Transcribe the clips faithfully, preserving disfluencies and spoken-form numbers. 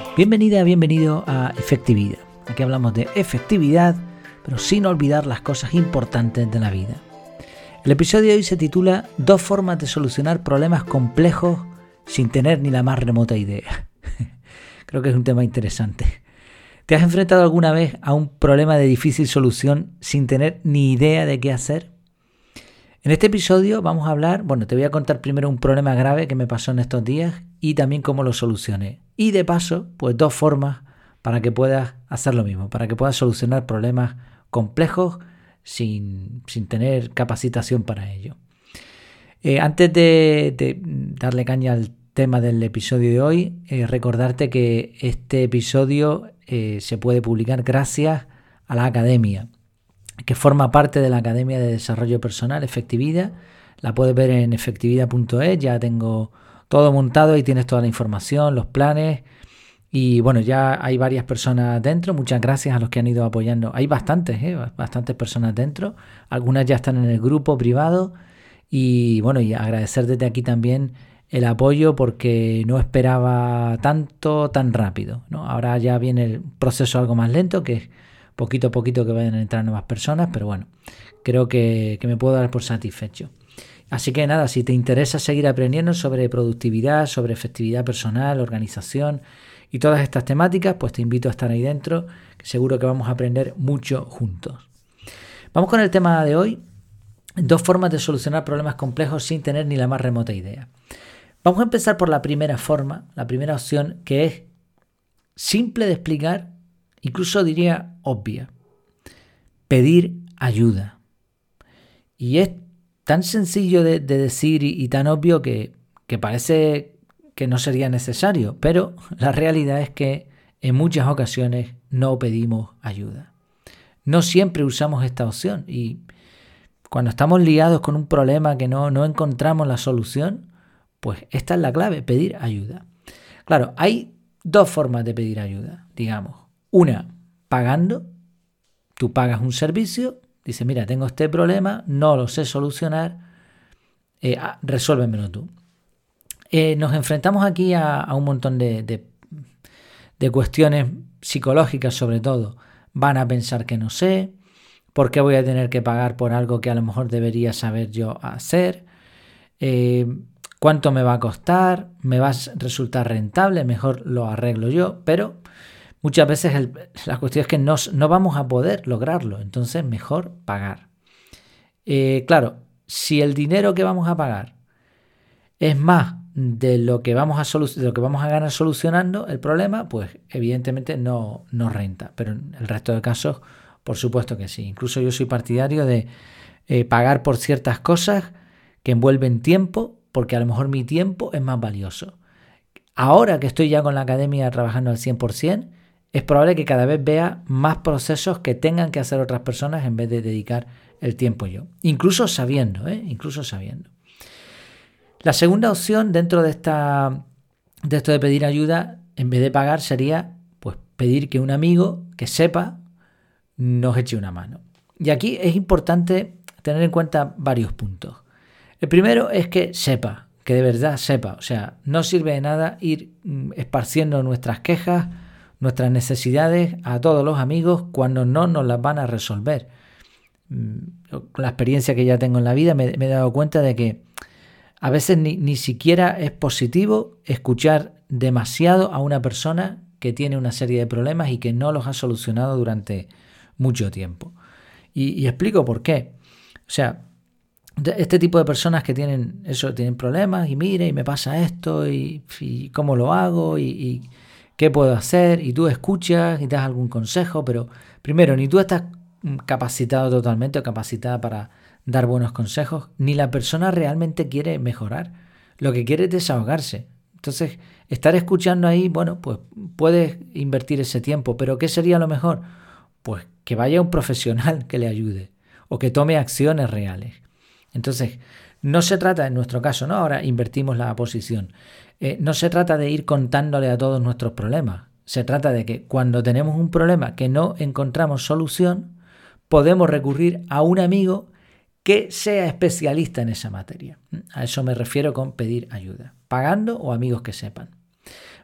Bienvenida, bienvenido a Efectividad. Aquí hablamos de efectividad, pero sin olvidar las cosas importantes de la vida. El episodio de hoy se titula Dos formas de solucionar problemas complejos sin tener ni la más remota idea. Creo que es un tema interesante. ¿Te has enfrentado alguna vez a un problema de difícil solución sin tener ni idea de qué hacer? En este episodio vamos a hablar, bueno, te voy a contar primero un problema grave que me pasó en estos días y también cómo lo solucioné. Y de paso, pues dos formas para que puedas hacer lo mismo, para que puedas solucionar problemas complejos sin, sin tener capacitación para ello. Eh, antes de, de darle caña al tema del episodio de hoy, eh, recordarte que este episodio eh, se puede publicar gracias a la academia, que forma parte de la Academia de Desarrollo Personal Efectividad. La puedes ver en efectividad punto es, ya tengo todo montado y tienes toda la información, los planes y bueno, ya hay varias personas dentro. Muchas gracias a los que han ido apoyando. Hay bastantes, ¿eh? bastantes personas dentro, algunas ya están en el grupo privado y bueno, y agradecer desde aquí también el apoyo porque no esperaba tanto tan rápido, ¿no? Ahora ya viene el proceso algo más lento, que es poquito a poquito que vayan a entrar nuevas personas, pero bueno, creo que, que me puedo dar por satisfecho. Así que nada, si te interesa seguir aprendiendo sobre productividad, sobre efectividad personal, organización y todas estas temáticas, pues te invito a estar ahí dentro, que seguro que vamos a aprender mucho juntos. Vamos con el tema de hoy, dos formas de solucionar problemas complejos sin tener ni la más remota idea. Vamos a empezar por la primera forma, la primera opción, que es simple de explicar, incluso diría obvia: pedir ayuda. Y es tan sencillo de, de decir y, y tan obvio que, que parece que no sería necesario, pero la realidad es que en muchas ocasiones no pedimos ayuda. No siempre usamos esta opción y cuando estamos liados con un problema que no, no encontramos la solución, pues esta es la clave, pedir ayuda. Claro, hay dos formas de pedir ayuda, digamos. Una, pagando. Tú pagas un servicio, dices, mira, tengo este problema, no lo sé solucionar, eh, ah, resuélvemelo tú. Eh, nos enfrentamos aquí a, a un montón de, de, de cuestiones psicológicas sobre todo. Van a pensar que no sé, ¿por qué voy a tener que pagar por algo que a lo mejor debería saber yo hacer? Eh, ¿Cuánto me va a costar? ¿Me va a resultar rentable? Mejor lo arreglo yo, pero muchas veces el, la cuestión es que no, no vamos a poder lograrlo, entonces mejor pagar. Eh, claro, si el dinero que vamos a pagar es más de lo que vamos a, solu- de lo que vamos a ganar solucionando el problema, pues evidentemente no, no renta, pero en el resto de casos, por supuesto que sí. Incluso yo soy partidario de eh, pagar por ciertas cosas que envuelven tiempo, porque a lo mejor mi tiempo es más valioso. Ahora que estoy ya con la academia trabajando al cien por ciento, es probable que cada vez vea más procesos que tengan que hacer otras personas en vez de dedicar el tiempo yo. Incluso sabiendo, ¿eh? Incluso sabiendo. La segunda opción dentro de, esta, de esto de pedir ayuda, en vez de pagar, sería pues pedir que un amigo que sepa nos eche una mano. Y aquí es importante tener en cuenta varios puntos. El primero es que sepa, que de verdad sepa. O sea, no sirve de nada ir esparciendo nuestras quejas, nuestras necesidades a todos los amigos cuando no nos las van a resolver. Con la experiencia que ya tengo en la vida me, me he dado cuenta de que a veces ni, ni siquiera es positivo escuchar demasiado a una persona que tiene una serie de problemas y que no los ha solucionado durante mucho tiempo. Y, y explico por qué. O sea, este tipo de personas que tienen eso, tienen problemas y mire, y me pasa esto, y, y cómo lo hago, y, y qué puedo hacer, y tú escuchas y das algún consejo, pero primero, ni tú estás capacitado totalmente o capacitada para dar buenos consejos, ni la persona realmente quiere mejorar. Lo que quiere es desahogarse. Entonces, estar escuchando ahí, bueno, pues puedes invertir ese tiempo, pero ¿qué sería lo mejor? Pues que vaya un profesional que le ayude o que tome acciones reales. Entonces, no se trata, en nuestro caso, ¿no? Ahora invertimos la posición. Eh, no se trata de ir contándole a todos nuestros problemas. Se trata de que cuando tenemos un problema que no encontramos solución, podemos recurrir a un amigo que sea especialista en esa materia. A eso me refiero con pedir ayuda, pagando o amigos que sepan.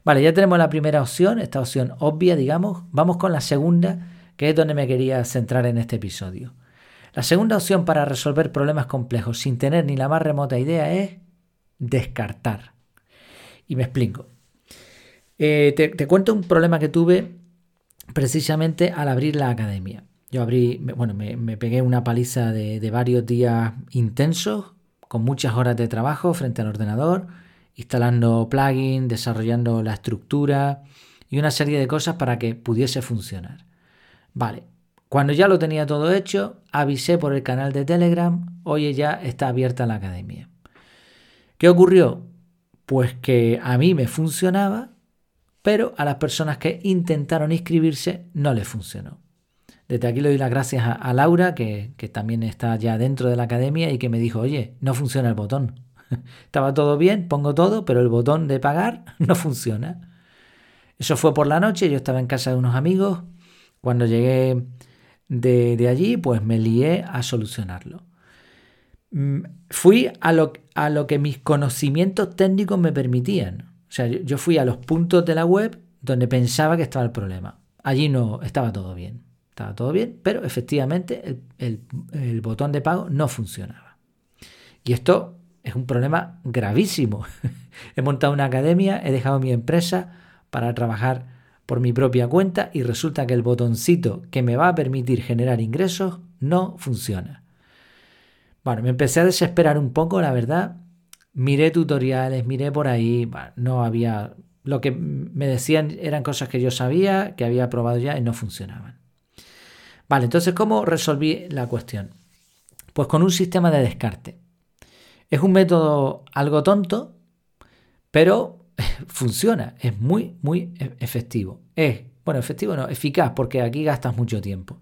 Vale, ya tenemos la primera opción, esta opción obvia, digamos. Vamos con la segunda, que es donde me quería centrar en este episodio. La segunda opción para resolver problemas complejos sin tener ni la más remota idea es descartar. Y me explico. Eh, te, te cuento un problema que tuve precisamente al abrir la academia. Yo abrí, bueno, me, me pegué una paliza de, de varios días intensos, con muchas horas de trabajo frente al ordenador, instalando plugins, desarrollando la estructura y una serie de cosas para que pudiese funcionar. Vale, cuando ya lo tenía todo hecho, avisé por el canal de Telegram, oye, ya está abierta la academia. ¿Qué ocurrió? Pues que a mí me funcionaba, pero a las personas que intentaron inscribirse no les funcionó. Desde aquí le doy las gracias a, a Laura, que, que también está ya dentro de la academia y que me dijo, oye, no funciona el botón. Estaba todo bien, pongo todo, pero el botón de pagar no funciona. Eso fue por la noche, yo estaba en casa de unos amigos. Cuando llegué de, de allí, pues me lié a solucionarlo. Fui a lo, a lo que mis conocimientos técnicos me permitían. O sea, yo, yo fui a los puntos de la web donde pensaba que estaba el problema. Allí no estaba todo bien. Estaba todo bien, pero efectivamente el, el, el botón de pago no funcionaba. Y esto es un problema gravísimo. He montado una academia, he dejado mi empresa para trabajar por mi propia cuenta y resulta que el botoncito que me va a permitir generar ingresos no funciona. Bueno, me empecé a desesperar un poco, la verdad. Miré tutoriales, miré por ahí, bueno, no había... Lo que me decían eran cosas que yo sabía, que había probado ya y no funcionaban. Vale, entonces, ¿cómo resolví la cuestión? Pues con un sistema de descarte. Es un método algo tonto, pero funciona, es muy, muy efectivo. Es, bueno, efectivo no, eficaz, porque aquí gastas mucho tiempo.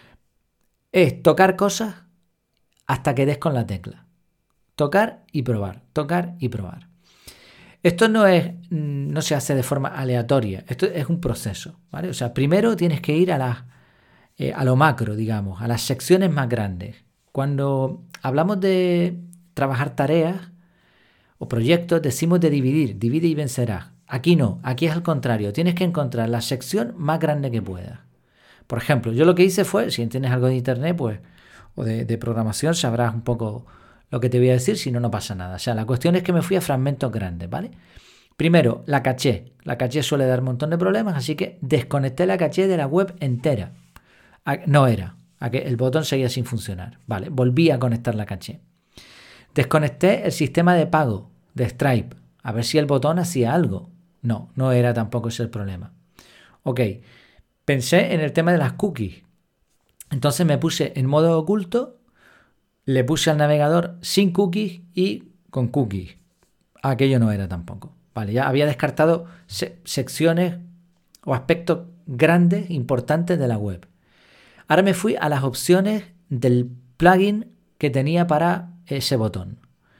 Es tocar cosas hasta que des con la tecla. Tocar y probar, tocar y probar. Esto no es, no se hace de forma aleatoria, esto es un proceso, ¿vale? O sea, primero tienes que ir a, la, eh, a lo macro, digamos, a las secciones más grandes. Cuando hablamos de trabajar tareas o proyectos, decimos de dividir, divide y vencerás. Aquí no, aquí es al contrario, tienes que encontrar la sección más grande que puedas. Por ejemplo, yo lo que hice fue, si tienes algo de internet, pues, o de, de programación, sabrás un poco lo que te voy a decir, si no, no pasa nada. O sea, la cuestión es que me fui a fragmentos grandes, ¿vale? Primero, la caché. La caché suele dar un montón de problemas, así que desconecté la caché de la web entera. No era, el botón seguía sin funcionar. Vale, volví a conectar la caché. Desconecté el sistema de pago de Stripe, a ver si el botón hacía algo. No, no era tampoco ese el problema. Ok, pensé en el tema de las cookies. Entonces me puse en modo oculto, le puse al navegador sin cookies y con cookies. Aquello no era tampoco. Vale, ya había descartado se- secciones o aspectos grandes, importantes de la web. Ahora me fui a las opciones del plugin que tenía para ese botón.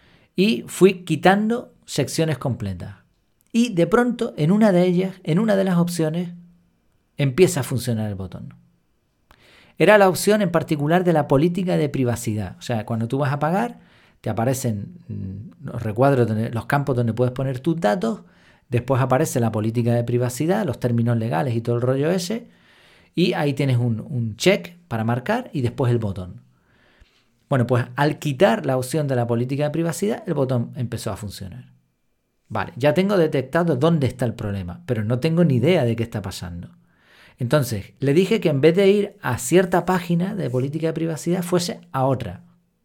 Y fui quitando secciones completas. Y de pronto, en una de ellas, en una de las opciones, empieza a funcionar el botón. Era la opción en particular de la política de privacidad. O sea, cuando tú vas a pagar, te aparecen los recuadros, donde, los campos donde puedes poner tus datos. Después aparece la política de privacidad, los términos legales y todo el rollo ese. Y ahí tienes un, un check para marcar y después el botón. Bueno, pues al quitar la opción de la política de privacidad, el botón empezó a funcionar. Vale, ya tengo detectado dónde está el problema, pero no tengo ni idea de qué está pasando. Entonces, le dije que en vez de ir a cierta página de política de privacidad, fuese a otra.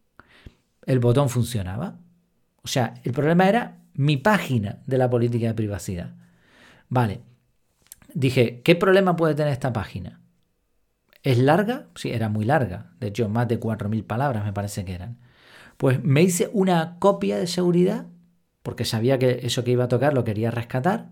El botón funcionaba. O sea, el problema era mi página de la política de privacidad. Vale. Dije, ¿qué problema puede tener esta página? ¿Es larga? Sí, era muy larga. De hecho, más de cuatro mil palabras me parece que eran. Pues me hice una copia de seguridad, porque sabía que eso que iba a tocar lo quería rescatar,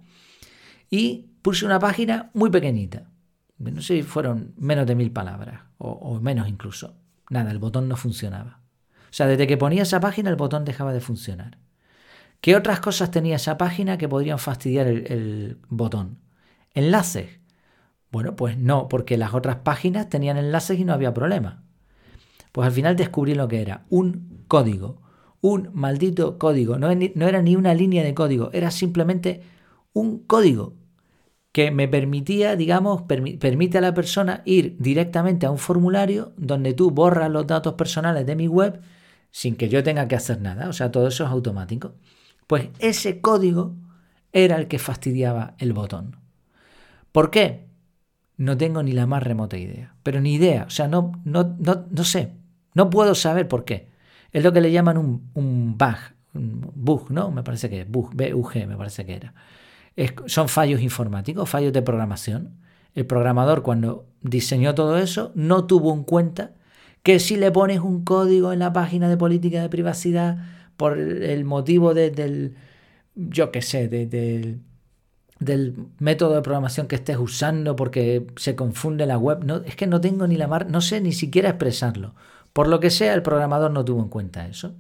y puse una página muy pequeñita. No sé si fueron menos de mil palabras, o, o menos incluso. Nada, el botón no funcionaba. O sea, desde que ponía esa página, el botón dejaba de funcionar. ¿Qué otras cosas tenía esa página que podrían fastidiar el, el botón? ¿Enlaces? Bueno, pues no, porque las otras páginas tenían enlaces y no había problema. Pues al final descubrí lo que era un código, un maldito código. No, no era ni una línea de código, era simplemente un código que me permitía, digamos, permi- permite a la persona ir directamente a un formulario donde tú borras los datos personales de mi web sin que yo tenga que hacer nada. O sea, todo eso es automático. Pues ese código era el que fastidiaba el botón. ¿Por qué? No tengo ni la más remota idea. Pero ni idea. O sea, no, no, no, no sé. No puedo saber por qué. Es lo que le llaman un, un bug. Un bug, ¿no? Me parece que es bug. B U G me parece que era. Es, son fallos informáticos, fallos de programación. El programador, cuando diseñó todo eso, no tuvo en cuenta que si le pones un código en la página de política de privacidad por el motivo de, del, yo qué sé, de, de, del método de programación que estés usando porque se confunde la web, no, es que no tengo ni la mar, no sé ni siquiera expresarlo. Por lo que sea, el programador no tuvo en cuenta eso.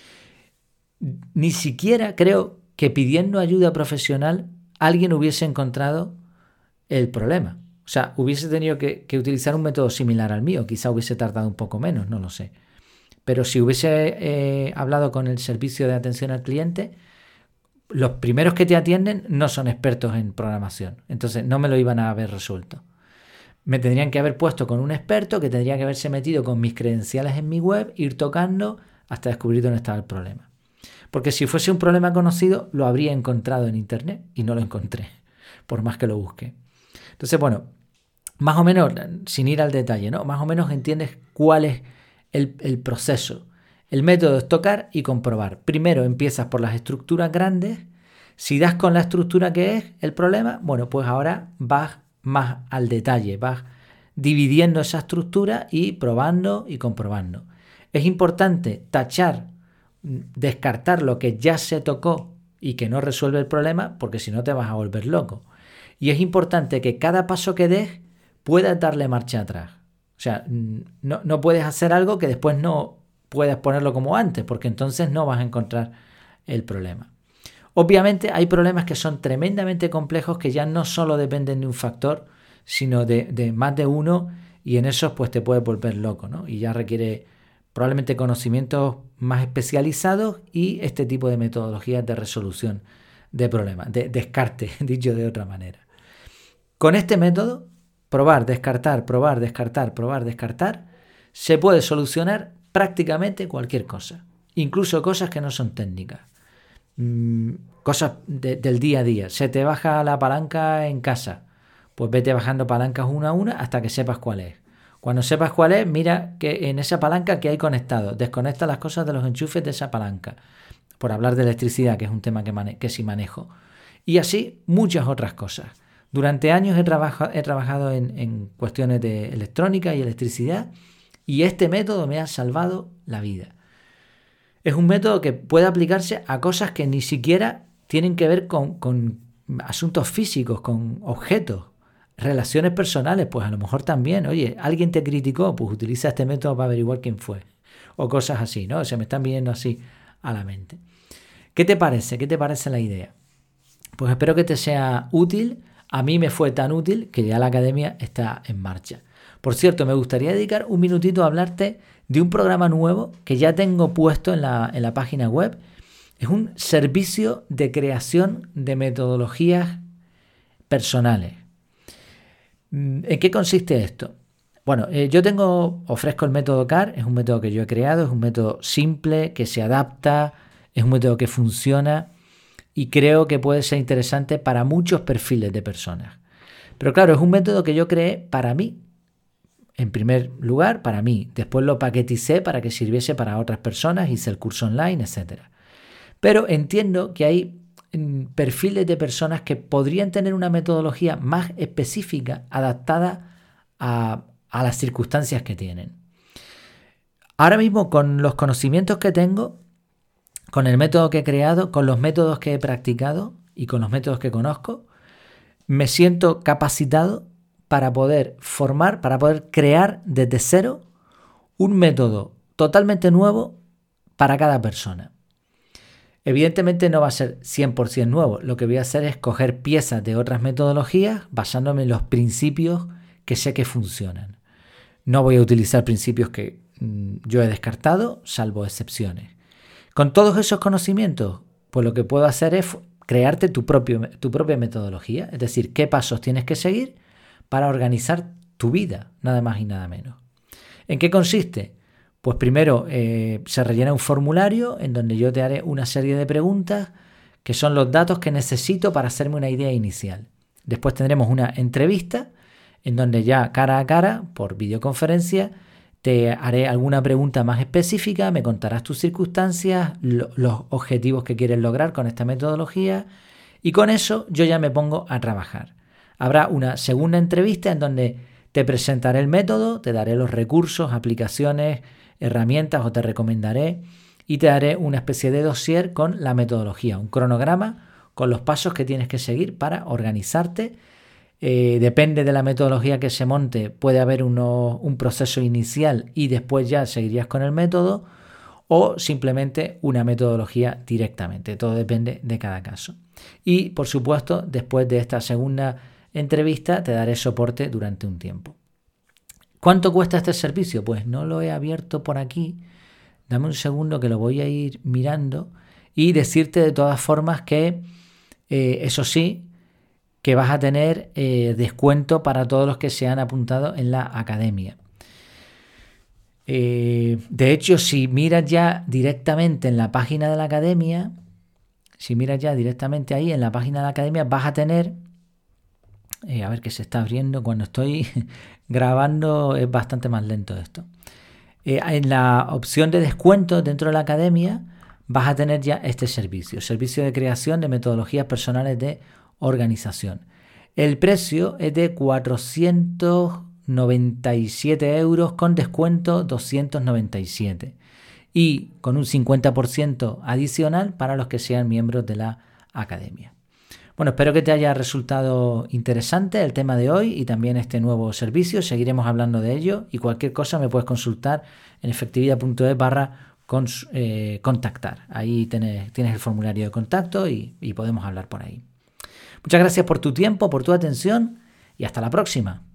Ni siquiera creo que pidiendo ayuda profesional alguien hubiese encontrado el problema. O sea, hubiese tenido que, que utilizar un método similar al mío. Quizá hubiese tardado un poco menos, no lo sé. Pero si hubiese eh, hablado con el servicio de atención al cliente, los primeros que te atienden no son expertos en programación. Entonces no me lo iban a haber resuelto. Me tendrían que haber puesto con un experto que tendría que haberse metido con mis credenciales en mi web, ir tocando hasta descubrir dónde estaba el problema. Porque si fuese un problema conocido, lo habría encontrado en internet y no lo encontré, por más que lo busque. Entonces, bueno, más o menos, sin ir al detalle, ¿no? Más o menos entiendes cuál es el, el proceso. El método es tocar y comprobar. Primero empiezas por las estructuras grandes. Si das con la estructura que es el problema, bueno, pues ahora vas más al detalle, vas dividiendo esa estructura y probando y comprobando. Es importante tachar, descartar lo que ya se tocó y que no resuelve el problema, porque si no te vas a volver loco. Y es importante que cada paso que des puedas darle marcha atrás. O sea, no, no puedes hacer algo que después no puedas ponerlo como antes, porque entonces no vas a encontrar el problema. Obviamente hay problemas que son tremendamente complejos, que ya no solo dependen de un factor, sino de, de más de uno, y en esos pues te puedes volver loco, ¿no? Y ya requiere probablemente conocimientos más especializados y este tipo de metodologías de resolución de problemas, de descarte, dicho de otra manera. Con este método, probar, descartar, probar, descartar, probar, descartar, se puede solucionar prácticamente cualquier cosa, incluso cosas que no son técnicas, mm, cosas de, del día a día. Se te baja la palanca en casa, pues vete bajando palancas una a una hasta que sepas cuál es. Cuando sepas cuál es, mira que en esa palanca que hay conectado, desconecta las cosas de los enchufes de esa palanca, por hablar de electricidad, que es un tema que, mane- que sí manejo. Y así muchas otras cosas. Durante años he, trabaja- he trabajado en, en cuestiones de electrónica y electricidad, y este método me ha salvado la vida. Es un método que puede aplicarse a cosas que ni siquiera tienen que ver con, con asuntos físicos, con objetos. Relaciones personales, pues a lo mejor también. Oye, alguien te criticó, pues utiliza este método para averiguar quién fue. O cosas así, ¿no? Se me están viniendo así a la mente. ¿Qué te parece? ¿Qué te parece la idea? Pues espero que te sea útil. A mí me fue tan útil que ya la academia está en marcha. Por cierto, me gustaría dedicar un minutito a hablarte de un programa nuevo que ya tengo puesto en la, en la página web. Es un servicio de creación de metodologías personales. ¿En qué consiste esto? Bueno, eh, yo tengo, ofrezco el método C A R, es un método que yo he creado, es un método simple, que se adapta, es un método que funciona y creo que puede ser interesante para muchos perfiles de personas. Pero claro, es un método que yo creé para mí, en primer lugar, para mí. Después lo paqueticé para que sirviese para otras personas, hice el curso online, etcétera. Pero entiendo que hay perfiles de personas que podrían tener una metodología más específica, adaptada a, a las circunstancias que tienen. Ahora mismo, con los conocimientos que tengo, con el método que he creado, con los métodos que he practicado y con los métodos que conozco, me siento capacitado para poder formar, para poder crear desde cero un método totalmente nuevo para cada persona. Evidentemente no va a ser cien por ciento nuevo. Lo que voy a hacer es coger piezas de otras metodologías basándome en los principios que sé que funcionan. No voy a utilizar principios que mmm, yo he descartado, salvo excepciones. Con todos esos conocimientos, pues lo que puedo hacer es crearte tu, propio, tu propia metodología, es decir, qué pasos tienes que seguir para organizar tu vida, nada más y nada menos. ¿En qué consiste? Pues primero eh, se rellena un formulario en donde yo te haré una serie de preguntas que son los datos que necesito para hacerme una idea inicial. Después tendremos una entrevista en donde ya cara a cara, por videoconferencia, te haré alguna pregunta más específica, me contarás tus circunstancias, lo, los objetivos que quieres lograr con esta metodología y con eso yo ya me pongo a trabajar. Habrá una segunda entrevista en donde te presentaré el método, te daré los recursos, aplicaciones, herramientas o te recomendaré y te daré una especie de dossier con la metodología, un cronograma con los pasos que tienes que seguir para organizarte. Eh, depende de la metodología que se monte, puede haber uno, un proceso inicial y después ya seguirías con el método o simplemente una metodología directamente. Todo depende de cada caso. Y por supuesto, después de esta segunda entrevista te daré soporte durante un tiempo. ¿Cuánto cuesta este servicio? Pues no lo he abierto por aquí. Dame un segundo que lo voy a ir mirando y decirte de todas formas que, eh, eso sí, que vas a tener eh, descuento para todos los que se han apuntado en la academia. Eh, de hecho, si miras ya directamente en la página de la academia, si miras ya directamente ahí en la página de la academia, vas a tener, eh, a ver que se está abriendo, cuando estoy grabando es bastante más lento esto. Eh, en la opción de descuento dentro de la academia vas a tener ya este servicio, servicio de creación de metodologías personales de organización. El precio es de cuatrocientos noventa y siete euros con descuento doscientos noventa y siete y con un cincuenta por ciento adicional para los que sean miembros de la academia. Bueno, espero que te haya resultado interesante el tema de hoy y también este nuevo servicio. Seguiremos hablando de ello y cualquier cosa me puedes consultar en efectividad.es barra con, eh, contactar. Ahí tienes, tienes el formulario de contacto y, y podemos hablar por ahí. Muchas gracias por tu tiempo, por tu atención y hasta la próxima.